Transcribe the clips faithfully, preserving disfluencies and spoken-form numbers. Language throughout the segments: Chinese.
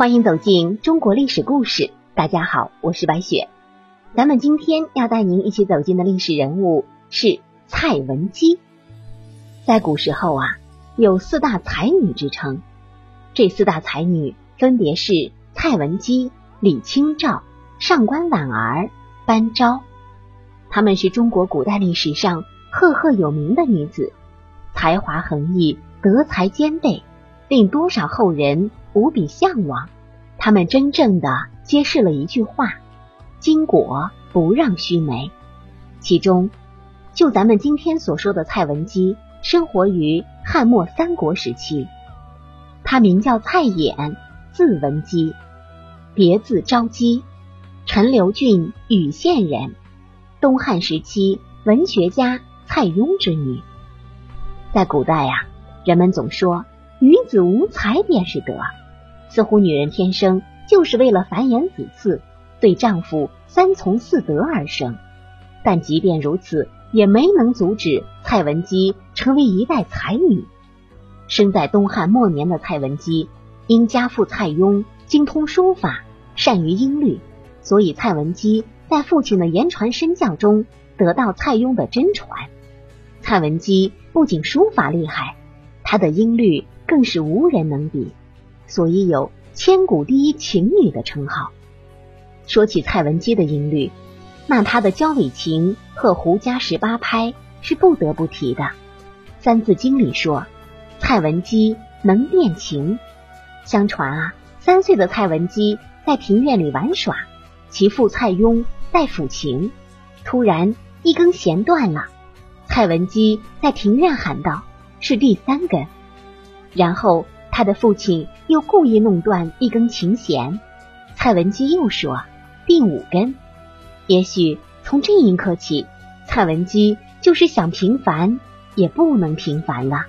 欢迎走进中国历史故事。大家好，我是白雪。咱们今天要带您一起走进的历史人物是蔡文姬。在古时候啊，有四大才女之称。这四大才女分别是蔡文姬、李清照、上官婉儿、班昭。她们是中国古代历史上赫赫有名的女子，才华横溢，德才兼备，令多少后人无比向往。她们真正的揭示了一句话：巾帼不让须眉。其中，就咱们今天所说的蔡文姬，生活于汉末三国时期。她名叫蔡琰，字文姬，别字昭姬，陈留郡禹县人，东汉时期文学家蔡邕之女。在古代啊，人们总说女子无才便是德，似乎女人天生就是为了繁衍子嗣，对丈夫三从四德而生。但即便如此，也没能阻止蔡文姬成为一代才女。生在东汉末年的蔡文姬，因家父蔡邕精通书法，善于音律，所以蔡文姬在父亲的言传身教中得到蔡邕的真传。蔡文姬不仅书法厉害，她的音律更是无人能比，所以有千古第一琴女的称号。说起蔡文姬的音律，那她的交尾琴和胡笳十八拍是不得不提的。三字经里说，蔡文姬能练琴。相传啊，三岁的蔡文姬在庭院里玩耍，其父蔡邕在抚琴，突然一根弦断了，蔡文姬在庭院喊道：是第三根。然后他的父亲又故意弄断一根琴弦，蔡文姬又说第五根。也许从这一刻起，蔡文姬就是想平凡也不能平凡了。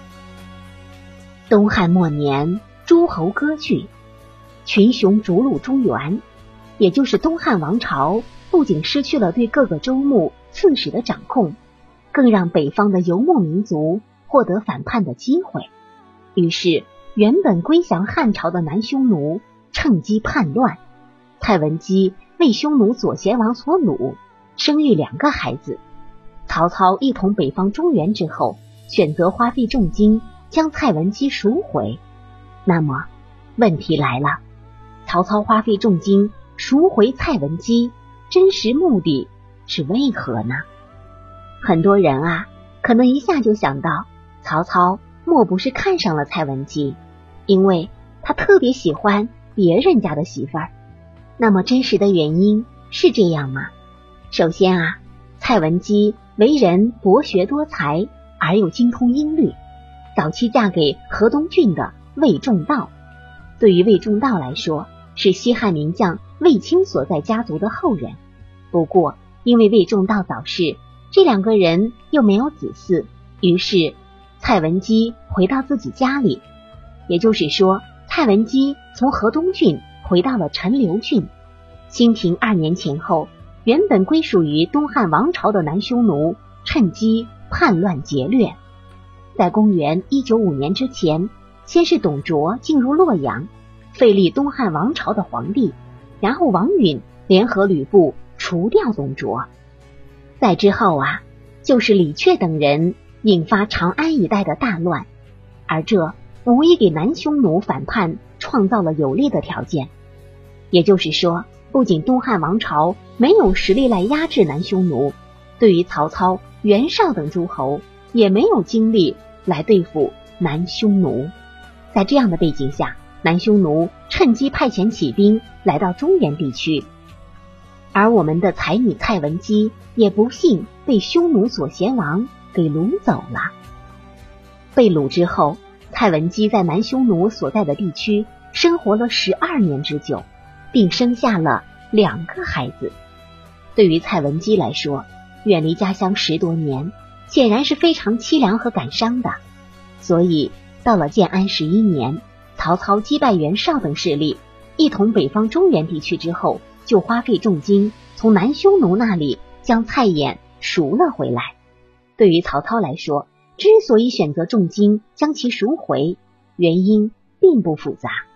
东汉末年，诸侯割据，群雄逐鹿中原，也就是东汉王朝不仅失去了对各个州牧刺史的掌控，更让北方的游牧民族获得反叛的机会。于是原本归降汉朝的南匈奴趁机叛乱，蔡文姬为匈奴左贤王所掳，生育两个孩子。曹操一统北方中原之后，选择花费重金将蔡文姬赎回。那么问题来了，曹操花费重金赎回蔡文姬，真实目的是为何呢？很多人啊，可能一下就想到，曹操莫不是看上了蔡文姬，因为他特别喜欢别人家的媳妇儿。那么真实的原因是这样吗？首先啊，蔡文姬为人博学多才，而又精通音律，早期嫁给河东郡的魏仲道。对于魏仲道来说，是西汉名将卫青所在家族的后人。不过因为魏仲道早逝，这两个人又没有子嗣，于是蔡文姬回到自己家里。也就是说，蔡文姬从河东郡回到了陈留郡。兴平二年前后，原本归属于东汉王朝的南匈奴趁机叛乱劫掠。在公元一九五年之前，先是董卓进入洛阳，废立东汉王朝的皇帝，然后王允联合吕布除掉董卓。再之后啊，就是李榷等人引发长安一带的大乱，而这无疑给南匈奴反叛创造了有利的条件。也就是说，不仅东汉王朝没有实力来压制南匈奴，对于曹操、袁绍等诸侯也没有精力来对付南匈奴。在这样的背景下，南匈奴趁机派遣起兵来到中原地区，而我们的才女蔡文姬也不幸被匈奴左贤王给掳走了。被掳之后，蔡文姬在南匈奴所在的地区生活了十二年之久，并生下了两个孩子。对于蔡文姬来说，远离家乡十多年，显然是非常凄凉和感伤的。所以到了建安十一年，曹操击败袁绍等势力，一统北方中原地区之后，就花费重金从南匈奴那里将蔡琰赎了回来。对于曹操来说，之所以选择重金将其赎回，原因并不复杂。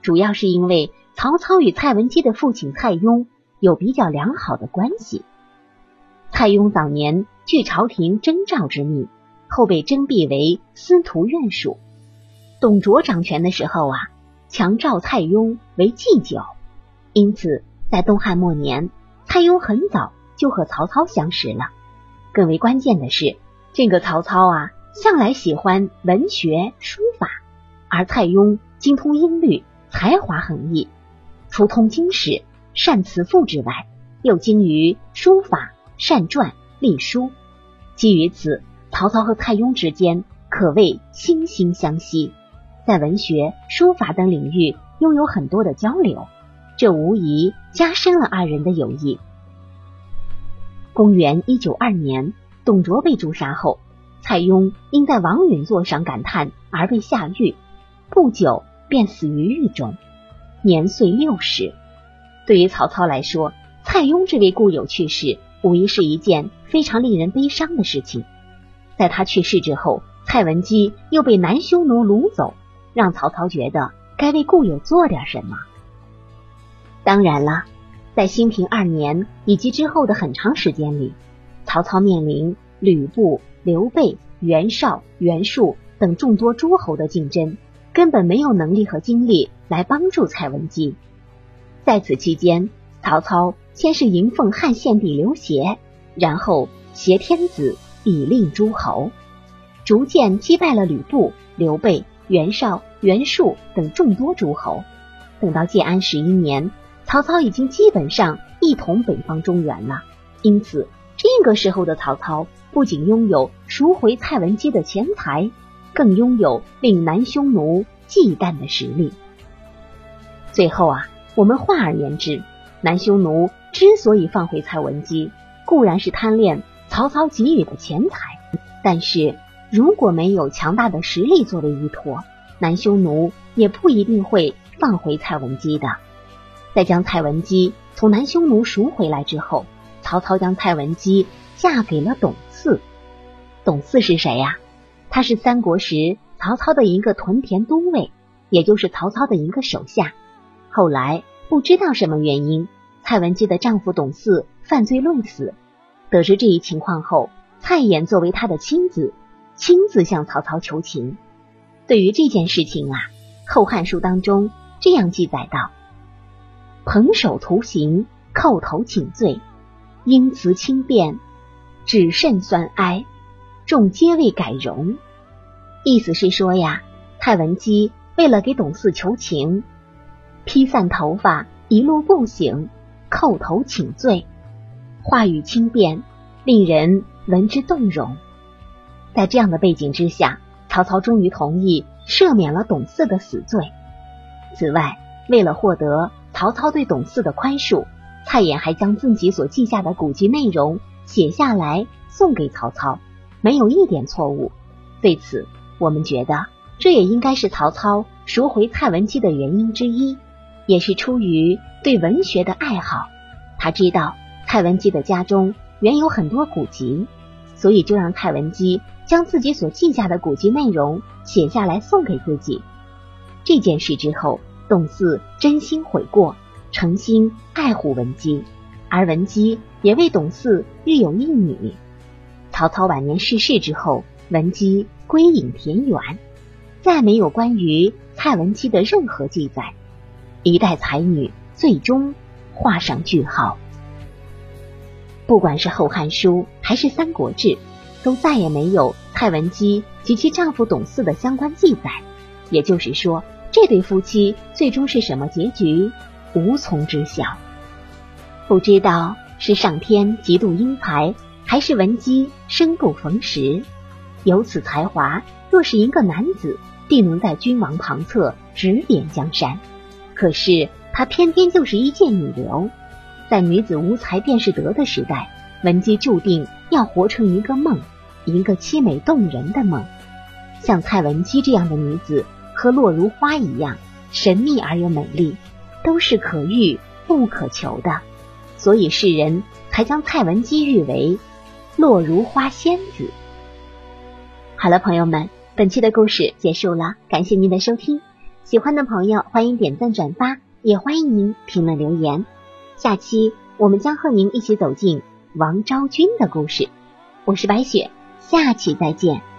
主要是因为曹操与蔡文姬的父亲蔡邕有比较良好的关系。蔡邕早年据朝廷征召之命，后被征辟为司徒院属。董卓掌权的时候啊，强召蔡邕为祭酒，因此在东汉末年，蔡邕很早就和曹操相识了。更为关键的是，这个曹操啊，向来喜欢文学书法，而蔡邕精通音律，才华横溢，除通经史、善辞赋之外，又精于书法、善篆、隶书。基于此，曹操和蔡邕之间可谓惺惺相惜，在文学、书法等领域拥有很多的交流，这无疑加深了二人的友谊。公元一九二年，董卓被诛杀后，蔡邕因在王允座上感叹而被下狱，不久便死于狱中，年岁六十。对于曹操来说，蔡邕这位故友去世，无疑是一件非常令人悲伤的事情。在他去世之后，蔡文姬又被南匈奴掳走，让曹操觉得该为故友做点什么。当然了，在兴平二年以及之后的很长时间里，曹操面临吕布、刘备、袁绍、袁术等众多诸侯的竞争，根本没有能力和精力来帮助蔡文姬。在此期间，曹操先是迎奉汉献帝刘协，然后挟天子以令诸侯，逐渐击败了吕布、刘备、袁绍、袁术等众多诸侯。等到建安十一年，曹操已经基本上一统北方中原了。因此这个时候的曹操不仅拥有赎回蔡文姬的钱财，更拥有令南匈奴忌惮的实力。最后啊，我们换而言之，南匈奴之所以放回蔡文姬，固然是贪恋曹操给予的钱财，但是如果没有强大的实力作为依托，南匈奴也不一定会放回蔡文姬的。在将蔡文姬从南匈奴赎回来之后，曹操将蔡文姬嫁给了董嗣。董嗣是谁呀？他是三国时曹操的一个屯田都尉，也就是曹操的一个手下。后来不知道什么原因，蔡文姬的丈夫董嗣犯罪论死。得知这一情况后，蔡琰作为他的亲子，亲自向曹操求情。对于这件事情啊，《后汉书》当中这样记载道：捧手图刑，叩头请罪，因辞轻便，只甚酸哀，众皆为改容。意思是说呀，蔡文姬为了给董嗣求情，披散头发，一路步行，叩头请罪，话语轻便，令人闻之动容。在这样的背景之下，曹操终于同意赦免了董嗣的死罪。此外，为了获得曹操对董嗣的宽恕，蔡琰还将自己所记下的古籍内容写下来送给曹操，没有一点错误。对此，我们觉得这也应该是曹操赎回蔡文姬的原因之一，也是出于对文学的爱好。他知道蔡文姬的家中原有很多古籍，所以就让蔡文姬将自己所记下的古籍内容写下来送给自己。这件事之后，董嗣真心悔过，诚心爱护文姬，而文姬也为董嗣育有一女。曹操晚年逝世之后，文姬归隐田园，再没有关于蔡文姬的任何记载，一代才女最终画上句号。不管是《后汉书》还是《三国志》，都再也没有蔡文姬及其丈夫董嗣的相关记载。也就是说，这对夫妻最终是什么结局，无从知晓。不知道是上天嫉妒英才，还是文姬生不逢时。有此才华，若是一个男子，定能在君王旁侧指点江山。可是他偏偏就是一介女流，在女子无才便是德的时代，文姬注定要活成一个梦，一个凄美动人的梦。像蔡文姬这样的女子，和落如花一样神秘而又美丽，都是可遇不可求的，所以世人才将蔡文姬誉为落如花仙子。好了，朋友们，本期的故事结束了，感谢您的收听。 喜欢的朋友欢迎点赞转发，也欢迎您评论留言。下期我们将和您一起走进王昭君的故事。我是白雪，下期再见。